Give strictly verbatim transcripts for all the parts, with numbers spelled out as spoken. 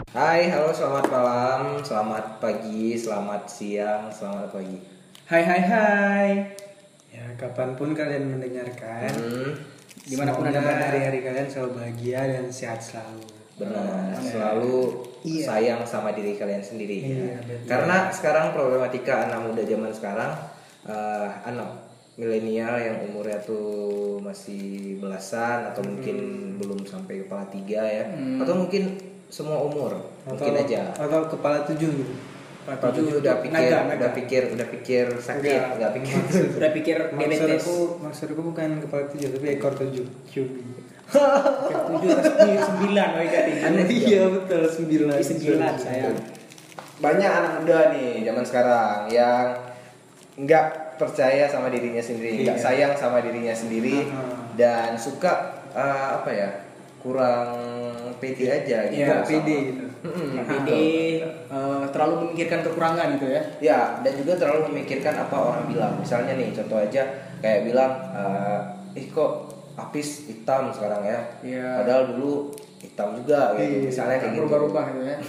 Hai, halo, selamat malam, selamat pagi, selamat siang, selamat pagi. Hai hai hai. Ya, kapanpun kalian mendengarkan, Hmm, Dimanapun semoga Anda berada. hari-hari kalian selalu bahagia dan sehat selalu. benar, selalu Iya. sayang sama diri kalian sendiri. Iya, ya. betul. Karena sekarang problematika anak muda zaman sekarang, eh, anak milenial yang umurnya tuh masih belasan atau mungkin belum sampai kepala tiga ya, atau mungkin semua umur, mungkin Atau- aja. Atau kepala tujuh gitu. Kepala tujuh udah pikir, naga, naga. udah pikir, udah pikir sakit, Enggak. nggak pikir. Udah pikir diabetes. Maksudku, maksudku bukan kepala tujuh, tapi ekor tujuh. Cubi. Tujuh resmi sembilan oh iya tinggi. Aneh. Iya betul, sembilan. Sembilan sayang. Banyak anak muda nih zaman sekarang yang nggak percaya sama dirinya sendiri, nggak Iya. sayang sama dirinya sendiri, Aha. dan suka eh, apa ya, kurang pede aja gitu. Iya, sama- pede gitu. Mm-mm, Nah, gitu. ini eh, terlalu memikirkan kekurangan gitu ya. Ya, dan juga terlalu memikirkan apa orang bilang. Misalnya nih, contoh aja kayak bilang, eh "Ih kok Apis hitam sekarang ya?" Iya. Padahal dulu hitam juga gitu. Iya, Misalnya kayak gitu. Berubah-ubah gitu ya.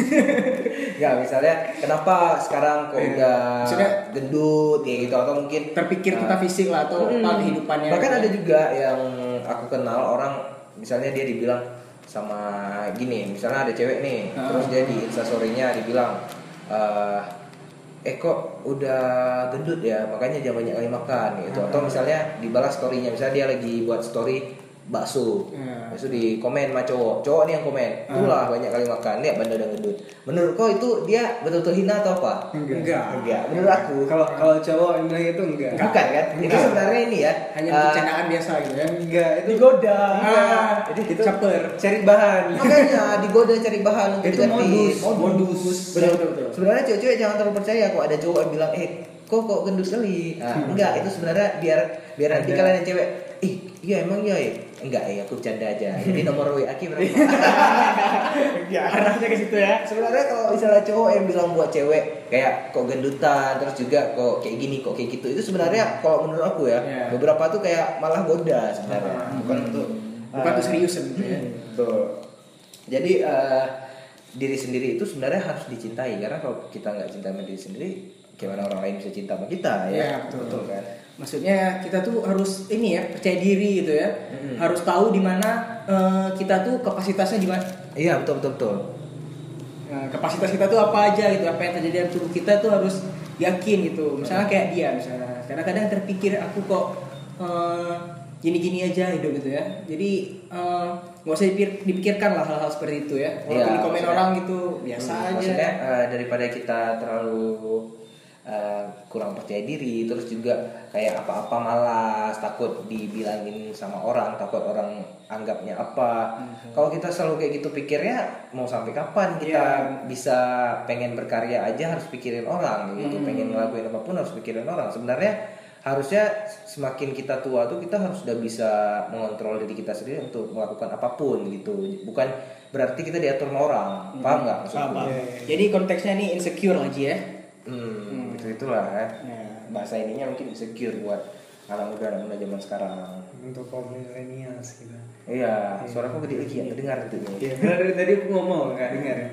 Ya, misalnya kenapa sekarang kok Iya. udah Maksudnya- gendut kayak gitu, atau mungkin Terpikir uh, tentang fisik lah atau Hmm. apa kehidupannya. Bahkan gitu ada ya. juga yang aku kenal orang, misalnya dia dibilang sama gini, misalnya ada cewek nih, Ah. terus dia di instastory-nya dibilang, eh eh kok udah gendut ya, makanya jangan banyak kali makan gitu. Atau misalnya dibalas story-nya, misalnya dia lagi buat story bakso, Ya. itu di komen sama cowok, cowok nih yang komen, itulah banyak kali makan, lihat banda udah gendut. Menurut kau itu dia betul-betul hina atau apa? Enggak. Enggak, menurut aku Kalau kalau cowok yang bilang itu enggak. bukan kan? Itu Enggak. sebenarnya ini ya, Hanya eh, bercandaan biasa gitu ya. Enggak, itu digoda. Ah, Jadi itu caper. cari bahan. Makanya digoda cari bahan untuk Itu diganti. modus. modus. Betul, betul, betul. Sebenarnya cewek-cewek jangan terlalu percaya kok ada cowok yang bilang, eh kok kok gendut sekali. Nah, enggak, itu sebenarnya biar biar nanti Ada. kalian yang cewek, ih iya emang iya ya. Enggak ya, aku bercanda aja. Jadi nomor W A Ki berapa? Ya, arahnya ke situ ya. Sebenarnya kalau misalnya cowok yang bilang buat cewek kayak kok gendutan, terus juga kok kayak gini, kok kayak gitu, itu sebenarnya kalau menurut aku ya, Iya. beberapa tuh kayak malah goda sebenarnya. Hmm. Bukan untuk Bukan eh, tuh serius gitu ya. Betul. Jadi eh, diri sendiri itu sebenarnya harus dicintai, karena kalau kita nggak cinta sama diri sendiri, gimana orang lain bisa cinta sama kita ya? Iya, betul. kan? Maksudnya kita tuh harus ini ya, percaya diri gitu ya. Mm-mm. Harus tahu di mana eh, kita tuh kapasitasnya gimana. Iya, betul betul betul. Nah, kapasitas kita tuh apa aja gitu, apa yang terjadi dalam tubuh kita tuh harus yakin gitu. Misalnya kayak dia misalnya, kadang-kadang terpikir aku kok eh, gini-gini aja hidup gitu ya. Jadi eh, nggak usah dipikir, dipikirkan lah hal-hal seperti itu ya. Walaupun Iya, di komen maksudnya- orang gitu biasa Hmm, aja. Maksudnya eh, daripada kita terlalu eh, kurang percaya diri, terus juga kayak apa-apa malas, takut dibilangin sama orang, takut orang anggapnya apa. Hmm. Kalau kita selalu kayak gitu pikirnya, mau sampai kapan kita Iya. bisa pengen berkarya aja harus pikirin orang gitu, Hmm. pengen ngelakuin apapun harus pikirin orang. Sebenarnya harusnya semakin kita tua tuh kita harus udah bisa mengontrol diri kita sendiri untuk melakukan apapun gitu. Bukan berarti kita diatur sama orang. Paham nggak maksudku? Apa? Iya, iya. Jadi konteksnya nih insecure lagi ya. Hmm, itu itulah ya. Ya. Bahasa ininya mungkin insecure buat anak muda anak muda zaman sekarang. Untuk kaum millennials gitu. Iya, suaraku gede lagi ya, dengar itu. Iya, dari tadi aku ngomong nggak dengar ya.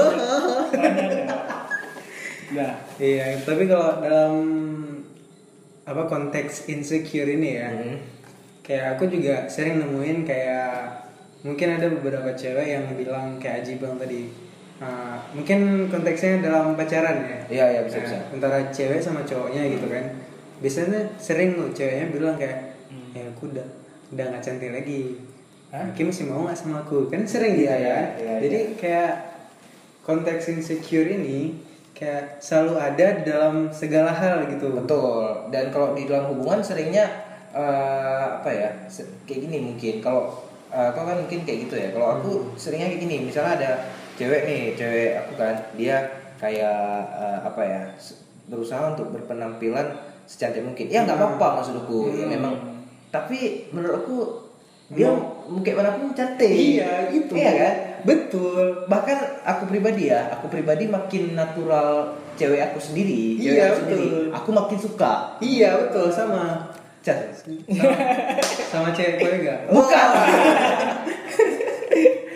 Nah, Iya, tapi kalau dalam apa konteks insecure ini ya, Hmm. kayak aku juga sering nemuin kayak mungkin ada beberapa cewek yang bilang kayak Aji bilang tadi, uh, mungkin konteksnya dalam pacaran ya. Iya, iya, bisa, Nah, bisa. antara cewek sama cowoknya gitu kan. Biasanya sering loh ceweknya bilang kayak, ya aku udah udah nggak cantik lagi. Hah? Kim masih mau nggak sama aku? Kan sering gitu Iya, iya, kan. iya, Jadi iya. kayak konteks insecure ini kayak selalu ada dalam segala hal gitu. Betul. Dan kalau di dalam hubungan seringnya eh, apa ya? se- Kayak gini mungkin. Kalau eh, kau kan mungkin kayak gitu ya. Kalau aku seringnya kayak gini. Misalnya ada cewek nih, cewek aku kan, dia kayak eh, apa ya? se- Berusaha untuk berpenampilan secantik mungkin. Ya nggak apa-apa maksudku. Ya Hmm. memang. Tapi menurut aku dia mungkin manapun cantik. Iya gitu. Iya kan? Betul. Bahkan aku pribadi ya, aku pribadi makin natural cewek aku sendiri, cewek Iya, aku sendiri, betul. aku makin suka. Iya betul sama. Cah. Sama, sama cewek kolega. Bukan.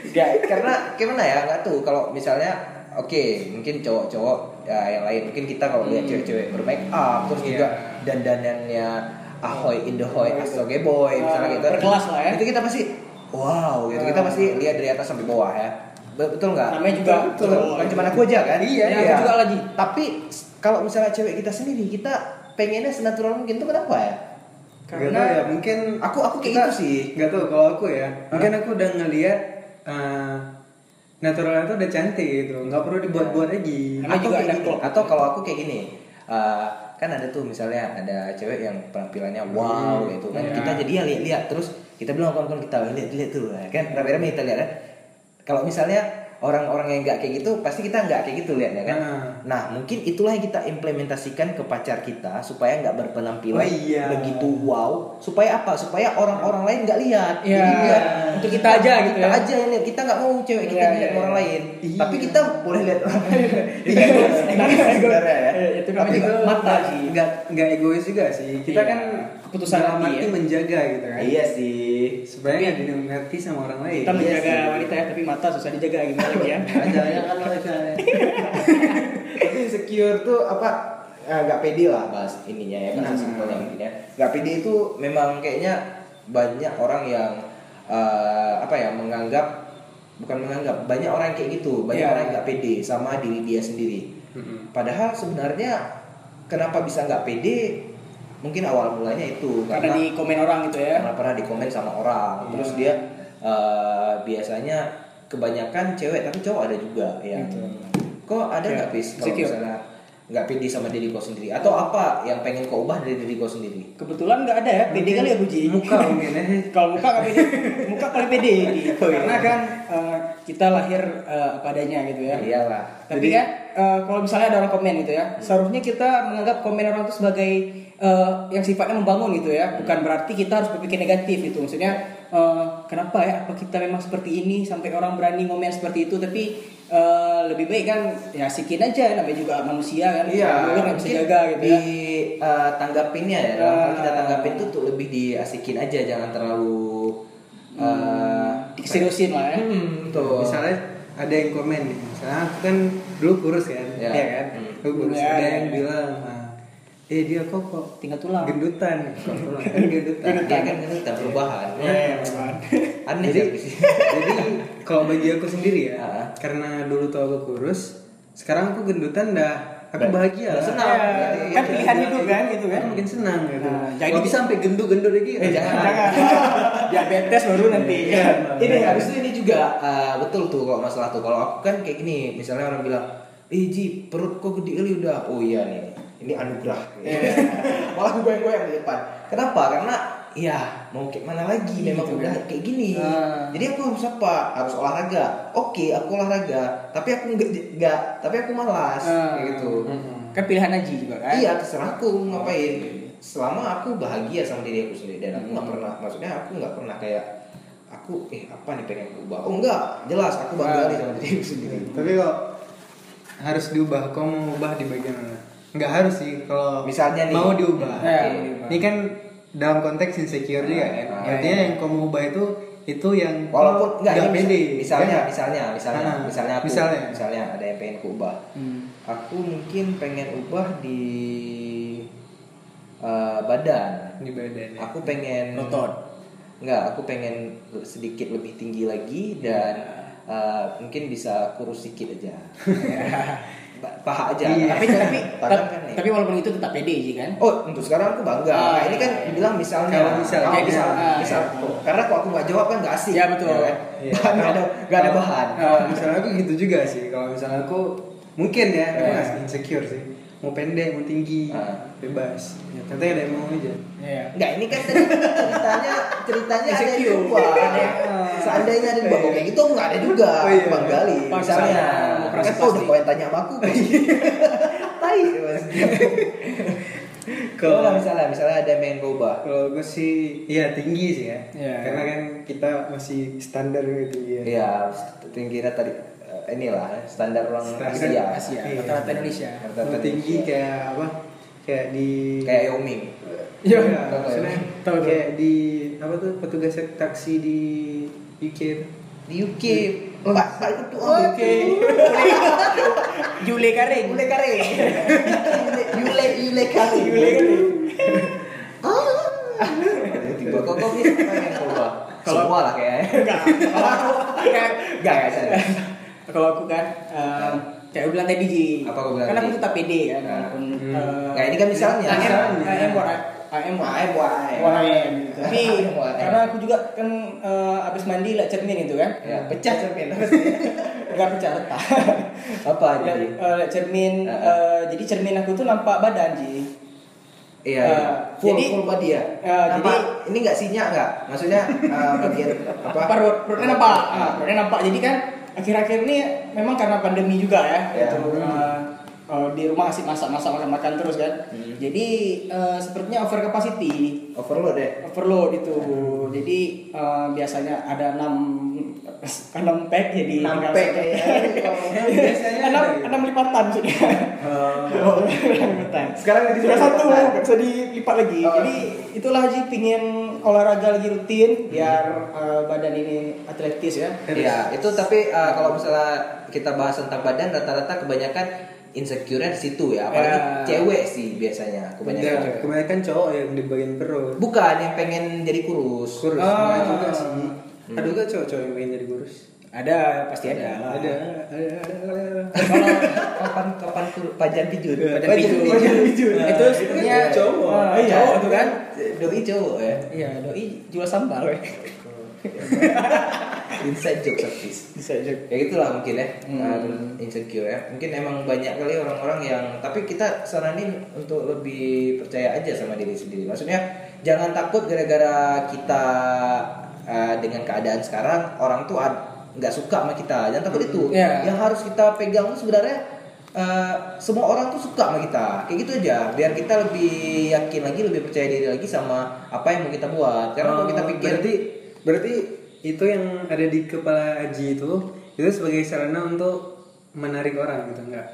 Gak, karena gimana ya, nggak tuh kalau misalnya oke okay, mungkin cowok-cowok ya yang lain, mungkin kita kalau lihat cewek-cewek bermake up terus Iya. juga dandanannya Ahoy in the Hoy Astoge Boy misalnya gitu, berkelas lah ya. itu kita pasti wow gitu, kita pasti lihat dari atas sampai bawah ya. Betul nggak? Namanya juga betul, betul. Kan cuma aku aja kan? Iya, aku juga lagi. Tapi kalau misalnya cewek kita sendiri, kita pengennya senatural mungkin tuh kenapa ya? Gak tau ya, mungkin aku aku kayak kita- gitu sih. Gak tau kalau aku ya, mungkin aku udah ngelihat uh, natural itu udah cantik gitu, nggak perlu dibuat-buat lagi. Namanya Atau juga kayak ada gini, klop. atau kalau aku kayak gini, uh, kan ada tuh misalnya ada cewek yang penampilannya wow Hmm, gitu kan, iya. kita jadi ya lihat-lihat terus kita bilang kawan-kawan kita lihat-lihat tuh kan, rame-rame kita lihat kan. Kalau misalnya orang-orang yang nggak kayak gitu, pasti kita nggak kayak gitu lihatnya kan. Nah. Nah mungkin itulah yang kita implementasikan ke pacar kita supaya nggak berpenampilan Oh, iya. begitu wow, supaya apa? Supaya orang-orang lain nggak lihat. Iya. Jadi biar Untuk kita aja gitu kita ya. aja yang lihat. Kita nggak mau cewek kita Iya, lihat iya, orang iya. lain. Iya. Tapi kita boleh lihat orang lain. Itu egois sebenarnya ya. Eh, itu namanya Tapi juga mata Iya. sih. Nggak nggak egois juga sih. Kita Iya. kan Keputusan dalam hati arti ya. menjaga gitu kan. Iya sih. Supaya nggak dimengerti sama orang lain. Kita Iya menjaga sih. wanita ya, tapi mata susah dijaga gimana lagi ya. Aja ya kan mereka. Tapi insecure tuh apa? eh, nggak pede lah bahas ininya ya, bahasa Nah. simpelnya mungkin ya. Nggak pede itu memang kayaknya banyak orang yang eh, apa ya menganggap, bukan menganggap, banyak orang yang kayak gitu, banyak Iya. orang yang nggak pede sama diri dia sendiri. Mm-mm. Padahal sebenarnya kenapa bisa nggak pede? Mungkin awal mulanya itu Karena di komen orang gitu ya. karena pernah dikomen sama orang, Iya. terus dia eh, biasanya kebanyakan cewek tapi cowok ada juga yang Gitu. kok ada Ya, nggak bis kalau insecure. misalnya nggak pede sama diri kau sendiri, atau apa yang pengen kau ubah dari diri kau sendiri? Kebetulan nggak ada ya, pede kali ya Buji. Muka mungkin ya. Kalau muka nggak pede, muka paling pede. Di. Oh, iya. Karena kan eh, kita lahir eh, apa adanya gitu ya. Iyalah. Tapi Jadi- kan eh, kalau misalnya ada orang komen gitu ya, seharusnya kita menganggap komen orang itu sebagai eh, yang sifatnya membangun gitu ya, bukan berarti kita harus berpikir negatif gitu. Maksudnya eh, kenapa ya? Apa kita memang seperti ini sampai orang berani ngomen seperti itu? Tapi eh, lebih baik kan ya sikin aja, namanya juga manusia kan. Iya, Mulut nggak bisa mungkin jaga gitu di ya. eh, tanggapinnya ya, dalam hal kita Ah. tanggapin tuh tuh lebih diasikin aja, jangan terlalu eh, Diseriusin lah ya. hmm, tuh. Misalnya ada yang komen nih, misalnya aku kan dulu kurus kan, Ya. ya kan, Hmm. aku kurus. Ya, ada ya, yang ya. bilang, ah, eh dia kok kok Tinggal tulang. gendutan, kok tulang kan gendutan. Ya kan kita perubahan. Ya, ya, ya. Aneh Jadi, sih. jadi kalau bagi aku sendiri ya, Ah. karena dulu tuh aku kurus, sekarang aku gendutan dah, aku Dah- bahagia dah lah. senang. Ya, Berarti kan ya, pilihan Ya, hidup kan gitu kan. Aku makin senang gitu. Nah, jadi Kalau di- bisa sampai gendu-gendu lagi. Eh, jangan. Jangan. Diabetes baru nanti. Iya. Ini habis itu ini juga eh, betul tuh kalau masalah tuh. Kalau aku kan kayak gini, misalnya orang bilang, "Eh Ji, perut kok gede kali udah." Oh iya nih. Ini anugerah. Malah aku goyang-goyang di depan. Kenapa? Karena ya mau kayak mana lagi, memang Gitu udah kan. kayak gini. Ah. Jadi aku harus apa? Harus olahraga. Oke, aku olahraga, tapi aku enggak enggak, tapi aku malas Ah. kayak gitu. Kan pilihan Aji juga kan. Iya, terserah aku mau ngapain. Selama aku bahagia sama diri aku sendiri, dan aku nggak Hmm. pernah, maksudnya aku nggak pernah kayak aku eh apa nih pengen aku ubah. Oh enggak, jelas aku bangga Ah. nih sama diri aku sendiri. Tapi kok harus diubah, kau mau ubah di bagian mana? Nggak harus sih kalau Misalnya nih. mau diubah. Ya, Oke. mau diubah. Ini kan dalam konteks insecure juga kan. Ah, Artinya iya. yang kau mau ubah itu itu yang Walaupun enggak, nggak ini pede. misalnya, Ya. misalnya, misalnya, Ah, misalnya aku, misalnya. misalnya ada yang pengen aku ubah. Hmm. Aku mungkin pengen ubah di eh, badan. di badan. ya. Aku pengen Otot. Enggak, aku pengen sedikit lebih tinggi lagi dan eh, mungkin bisa kurus sedikit aja. Ba- Paha aja. Iya. Tapi tapi Badan tapi, kan nih. tapi walaupun itu tetap pede sih kan. Oh, untuk sekarang aku bangga. Ah, Nah, ini kan iya. dibilang misalnya. Kalau misal, Kalau jadi, misal, ah, misal. iya. Karena kalau aku nggak jawab kan nggak asik. Iya, betul. kan? Iya. Nggak ada, nggak ada bahan. Kalau misalnya aku gitu juga sih. Kalau misalnya aku mungkin ya, aku Eh. masih insecure sih. Mau pendek, mau tinggi, Ah. bebas. Ya, katanya ada yang mau aja. Iya. Enggak, ini kan tadi ceritanya ceritanya ada yang Insecure. berubah. Ada yang- Seandainya ada yang berubah kayak gitu nggak ada juga. Oh, iya. Bang Gali. Pas Misalnya, saya kan operasi kau udah plastik. kau yang tanya sama aku. Tai. Kalau Kalau misalnya, misalnya ada yang pengen kau ubah. kalau gue sih, ya tinggi sih ya. Iya. Karena kan kita masih standar gitu ya. Iya, tingginya tadi eh, inilah standar orang Standar Asia. Asia, Iya. rata-rata Indonesia. Rata-rata Mau tinggi Indonesia. kayak apa? Kayak di Kayak Yao Ming. Iya. Iya, Tahu, maksudnya tahu, tahu. kayak di apa tuh petugas taksi di U K tuh. di U K Pak Pak ketua U K Yule Karing. Yule Karing Yule Yule Karing Yule Karing tiba kok kok bisa pengen keluar semua lah kayaknya Enggak. Kalau aku kayak enggak enggak saya kalau aku kan eh, kayak aku bilang tadi Ji. Apa aku bilang Kan aku tadi? tetap pede kan. Nah. Walaupun, Hmm. eh, Nah, ini kan misalnya. I am Misalnya. I am what I I am what I am what I am. what I am. Tapi I am what I am. karena aku juga kan eh, abis mandi lihat cermin itu kan. ya pecah cermin Enggak pecah retak. apa Lihat jadi eh, lihat cermin Ah. eh, jadi cermin aku tuh nampak badan Ji. iya Eh, iya. full jadi- full body ya eh, Nampak- jadi- ini nggak sinyak nggak maksudnya eh, bagian apa Perut, perutnya nampak, ah, perutnya nampak. Jadi kan akhir-akhir ini memang karena pandemi juga ya, Ya. gitu. Uh, uh, di rumah masih masak-masak makan-makan terus kan. Hmm. Jadi uh, sepertinya over capacity, overload ya overload itu. Jadi uh, biasanya ada enam enam pack jadi enam tinggal pack satu. ya biasanya enam ada gitu. enam lipatan maksudnya. Oh. enam lipatan. Sekarang jadi Sudah satu, lipatan. nggak bisa dilipat lagi. Oh. Jadi itulah Ji pingin olahraga lagi rutin biar uh, badan ini atletis ya. Iya, itu tapi uh, kalau misalnya kita bahas tentang badan rata-rata kebanyakan insecure di situ ya, apalagi Ya. cewek sih biasanya Dan kebanyakan. kebanyakan cowok yang di bagian perut. Bukan yang pengen jadi kurus. Kurus. Ah. Nah, juga sih. Ada juga cowok-cowok yang pengen jadi kurus. Ada, pasti ada lah. Ada, ada, ada, ada. Kalau kapan kapan kur- pajan pijun. Pajan pijun. Pajan pijun. Itu sebenarnya cowok. Ah, Iya, cowok tuh kan. Doi cowok ya. Iya, doi jual sambal. Inside joke service. Bisa aja. Ya gitulah mungkin ya, Hmm. uh, insecure ya. Mungkin emang banyak kali orang-orang yang, tapi kita saranin untuk lebih percaya aja sama diri sendiri. Maksudnya jangan takut gara-gara kita uh, dengan keadaan sekarang orang tuh ad- nggak suka sama kita. Jangan takut itu. Iya. Yang harus kita pegang tuh sebenarnya uh, semua orang tuh suka sama kita. Kayak gitu aja. Biar kita lebih yakin lagi, lebih percaya diri lagi sama apa yang mau kita buat. Karena kalau kita Oh, pikir berarti berarti itu yang ada di kepala Aji itu itu sebagai sarana untuk menarik orang gitu enggak?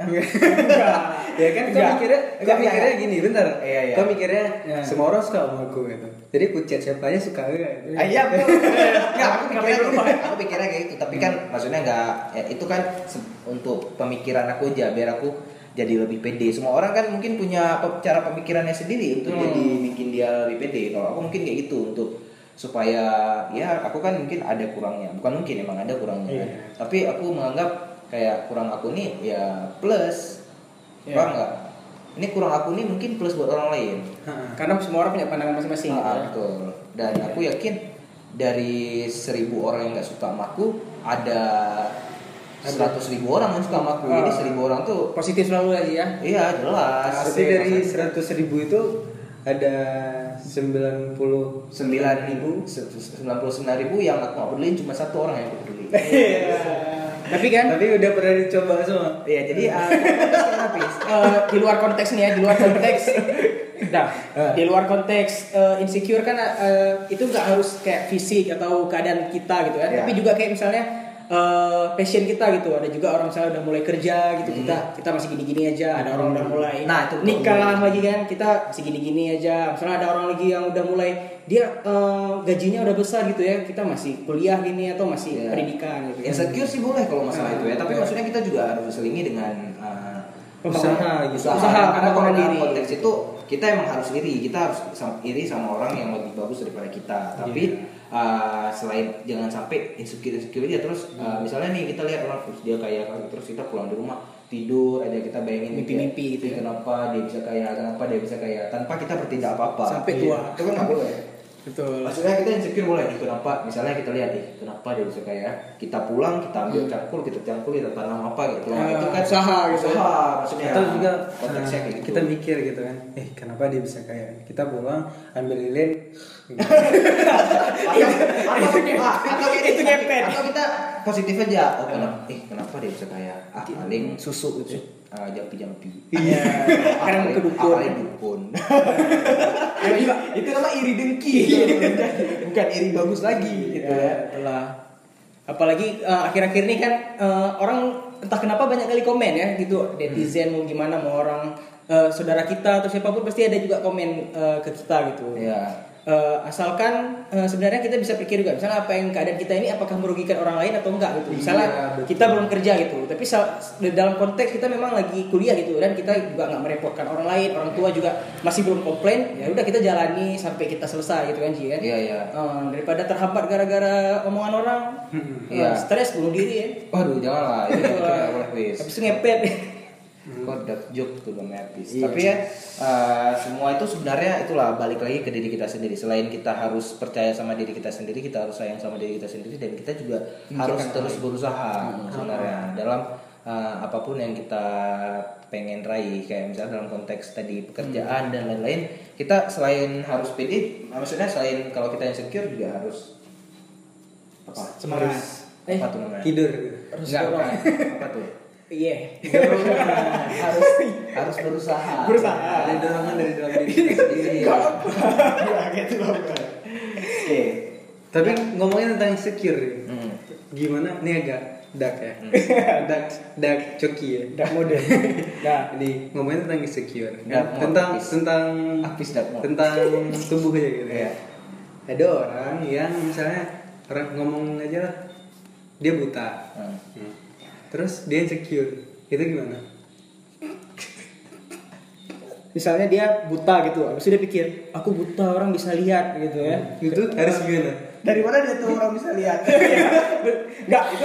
Ya kan kau Enggak. mikirnya kau Enggak, mikirnya enggak. gini bentar. Iya, iya. Kau mikirnya Iya. semua orang suka sama aku gitu. Jadi ku chat siapa aja suka enggak gitu. Ayam. Enggak, aku pikirnya Ngapain rumah? aku pikirnya kayak gitu, tapi kan maksudnya enggak ya, itu kan se- untuk pemikiran aku aja biar aku jadi lebih pede. Semua orang kan mungkin punya pe- cara pemikirannya sendiri untuk Hmm. jadi bikin dia lebih pede. Kalau aku mungkin kayak gitu untuk supaya ya aku kan mungkin ada kurangnya. Bukan mungkin emang ada kurangnya. Iya. Tapi aku menganggap kayak kurang aku nih ya plus. Iya. Paham enggak? Ini kurang aku nih mungkin plus buat orang lain. Ha-ha. Karena semua orang punya pandangan masing-masing. Ah, gitu ya. betul. Dan aku yakin dari seribu orang yang nggak suka sama aku ada seratus ribu orang yang suka sama aku. Jadi Ah. seribu orang tuh Positif selalu aja ya. iya jelas. Berarti dari seratus ribu itu ada sembilan puluh sembilan ribu sembilan puluh sembilan ribu yang aku nggak peduli, cuma satu orang yang aku peduli. Tapi kan Tapi udah pernah dicoba semua. Iya, jadi uh, habis. eh, di luar konteks nih ya, di luar konteks. Nah, di luar konteks eh, insecure kan eh, itu nggak harus kayak fisik atau keadaan kita gitu ya, Iya. tapi juga kayak misalnya eh, passion kita gitu. Ada juga orang misalnya udah mulai kerja gitu, kita kita masih gini-gini aja. Ada orang udah mulai Nah, itu nikah lagi kan, kita masih gini-gini aja. Misalnya ada orang lagi yang udah mulai dia eh, gajinya udah besar gitu ya, kita masih kuliah gini atau masih Iya. pendidikan gitu. kan. Insecure sih boleh kalau masalah Ah, itu ya, tapi iya. maksudnya kita juga harus diselingi dengan uh, Usaha gitu. usaha, Usaha, karena kalau pengembangan dalam diri. konteks itu kita emang harus iri, kita harus sam- iri sama orang yang lebih bagus daripada kita. Tapi uh, selain jangan sampai insecure insecure aja terus uh, misalnya nih kita lihat orang terus dia kaya terus kita pulang di rumah tidur aja kita bayangin Mimpi-mimpi dia, gitu ya. kenapa dia bisa kaya, kenapa dia bisa kaya tanpa kita bertindak apa-apa. Sampai Iya. tua. Itu kan nggak boleh. Betul. Maksudnya kita insecure boleh nih, kenapa? Misalnya kita lihat nih, kenapa dia bisa kaya? Kita pulang, kita ambil cangkul, kita cangkul, kita tanam apa gitu. Nah, Ah, itu kan usaha gitu. Usaha, maksudnya. Atau juga konteksnya eh, kayak gitu. kita mikir gitu kan, eh kenapa dia bisa kaya? Kita pulang ambil lilin. atau, atau, ah, atau kayak Itu gini, ngepet. atau kita positif aja. Oh, kenapa? Eh, kenapa dia bisa kaya? Ah, paling susu gitu. Ah, jampi-jampi. Iya. Karena Paling- ke dukun. paling dukun. Ya, juga itu nama iri dengki. Bukan iri bagus lagi gitu ya. ya itulah. Apalagi eh, akhir-akhir ini kan eh, orang entah kenapa banyak kali komen ya gitu, netizen mau gimana mau orang eh, saudara kita atau siapapun pasti ada juga komen eh, ke kita gitu. Iya. Uh, asalkan uh, sebenarnya kita bisa pikir juga misalnya apa yang keadaan kita ini apakah merugikan orang lain atau enggak gitu misalnya iya, kita belum kerja gitu tapi dalam konteks kita memang lagi kuliah gitu dan kita juga nggak merepotkan orang lain orang tua juga masih belum komplain ya udah kita jalani sampai kita selesai gitu kan Ji kan Iya iya. uh, daripada terhambat gara-gara omongan orang Iya. uh, stres bunuh diri ya Waduh janganlah itu tidak boleh bis. habis itu ngepet Kok dark joke tuh belum habis. Iya. Tapi ya uh, semua itu sebenarnya itulah balik lagi ke diri kita sendiri. Selain kita harus percaya sama diri kita sendiri, kita harus sayang sama diri kita sendiri dan kita juga harus terus berusaha hmm. sebenarnya dalam uh, apapun yang kita pengen raih. Kayak misalnya dalam konteks tadi pekerjaan hmm. dan lain-lain, kita selain harus pede, maksudnya selain kalau kita insecure juga harus apa? semangat. Harus, apa tuh namanya? Tidur. Enggak, bukan. Apa tuh? Iya. harus harus berusaha. Berusaha. Ada dorongan dari dalam diri kita sendiri. Ya gitu loh. Oke. Tapi ngomongin tentang insecure, Hmm. gimana? Ini agak dark ya. dark, dark coki ya. Dark mode. Nah, Ini ngomongin tentang insecure. Dark mode, tentang apis. tentang Apis dark mode. tentang tubuh aja gitu Iya. ya. Ada orang yang misalnya orang ngomong aja lah, dia buta. Hmm. Hmm. Terus dia insecure, itu gimana? misalnya dia buta gitu, habis itu dia pikir, aku buta orang bisa lihat gitu ya. Itu harus gimana? Dari mana dia tuh orang bisa lihat? Enggak, itu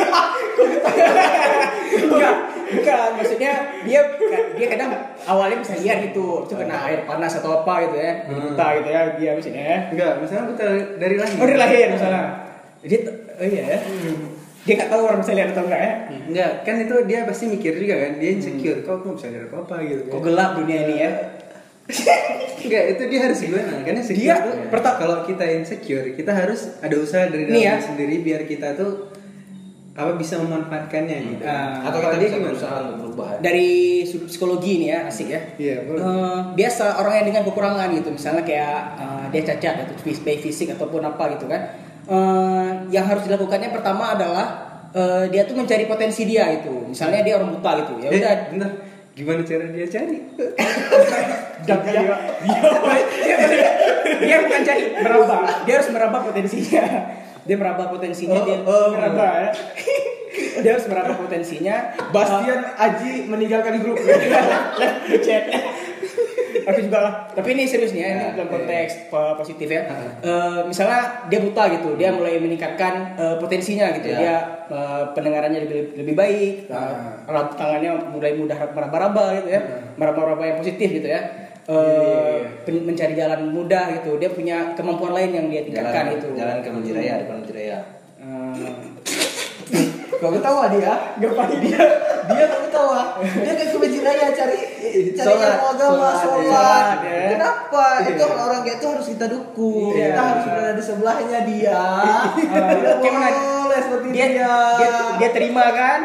enggak, bukan maksudnya dia dia kadang awalnya bisa lihat gitu, itu kena air panas atau apa gitu ya, buta gitu ya dia misalnya ya. Enggak, misalnya buta dari lahir. Oh, dari lahir misalnya. Dia oh iya ya. Dia nggak tahu orang bisa lihat atau enggak ya. Enggak, kan itu dia pasti mikir juga kan, dia insecure, kok aku bisa lihat apa-apa gitu kan. Kok gelap dunia ini ya. Enggak, itu dia harus gimana? Karena insecure Dia tuh, pertama- kalau kita insecure, kita harus ada usaha dari dalam Nih ya. sendiri biar kita tuh apa bisa memanfaatkannya gitu. Ah, Atau Kalau kita dia bisa gimana? berusaha untuk berubah. Dari sudut psikologi nih ya, asik ya. Iya, boleh. Eh, biasa orang yang dengan kekurangan gitu, misalnya kayak eh, dia cacat atau baik fisik ataupun apa gitu kan. Eh, yang harus dilakukannya pertama adalah eh, dia tuh mencari potensi dia itu. Misalnya dia orang buta gitu, ya Eh, udah. bentar. Gimana cara dia cari? Dan dia, dia, dia bukan cari meraba, dia harus meraba potensinya. Dia meraba potensinya, Oh, dia oh, meraba ya. Dia harus meraba potensinya. Bastian Aji meninggalkan grup. Left chat. Aku juga lah. Tapi ini serius nih ya, ini Ya, dalam iya. konteks uh, positif ya. Uh, misalnya dia buta gitu, dia mulai meningkatkan uh, potensinya gitu. Ya. Dia uh, pendengarannya lebih lebih baik, uh, rab- tangannya mulai mudah meraba-raba gitu ya, meraba-raba yang positif gitu ya. Uh, Iya, iya, iya. pen- mencari jalan mudah gitu. Dia punya kemampuan lain yang dia tingkatkan Jalan, itu. jalan ke Menjiraya, depan Menjiraya. Uh, Kau ketawa dia? Ngapain Dia dia kau ketawa. Dia ke Menjiraya cari cari Sholat, ilmu agama, sholat, sholat. sholat, ya. Kenapa? Iya. Itu orang kayak itu harus kita dukung. Iya. Kita harus berada di sebelahnya dia. Tidak Kayak mana? boleh seperti dia, dia. dia dia terima kan?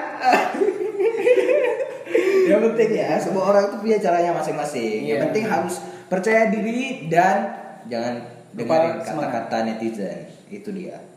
Yang penting ya, semua orang itu punya caranya masing-masing. Yang Iya. penting harus percaya diri dan jangan dengerin Lupa semangat. kata-kata netizen. Itu dia.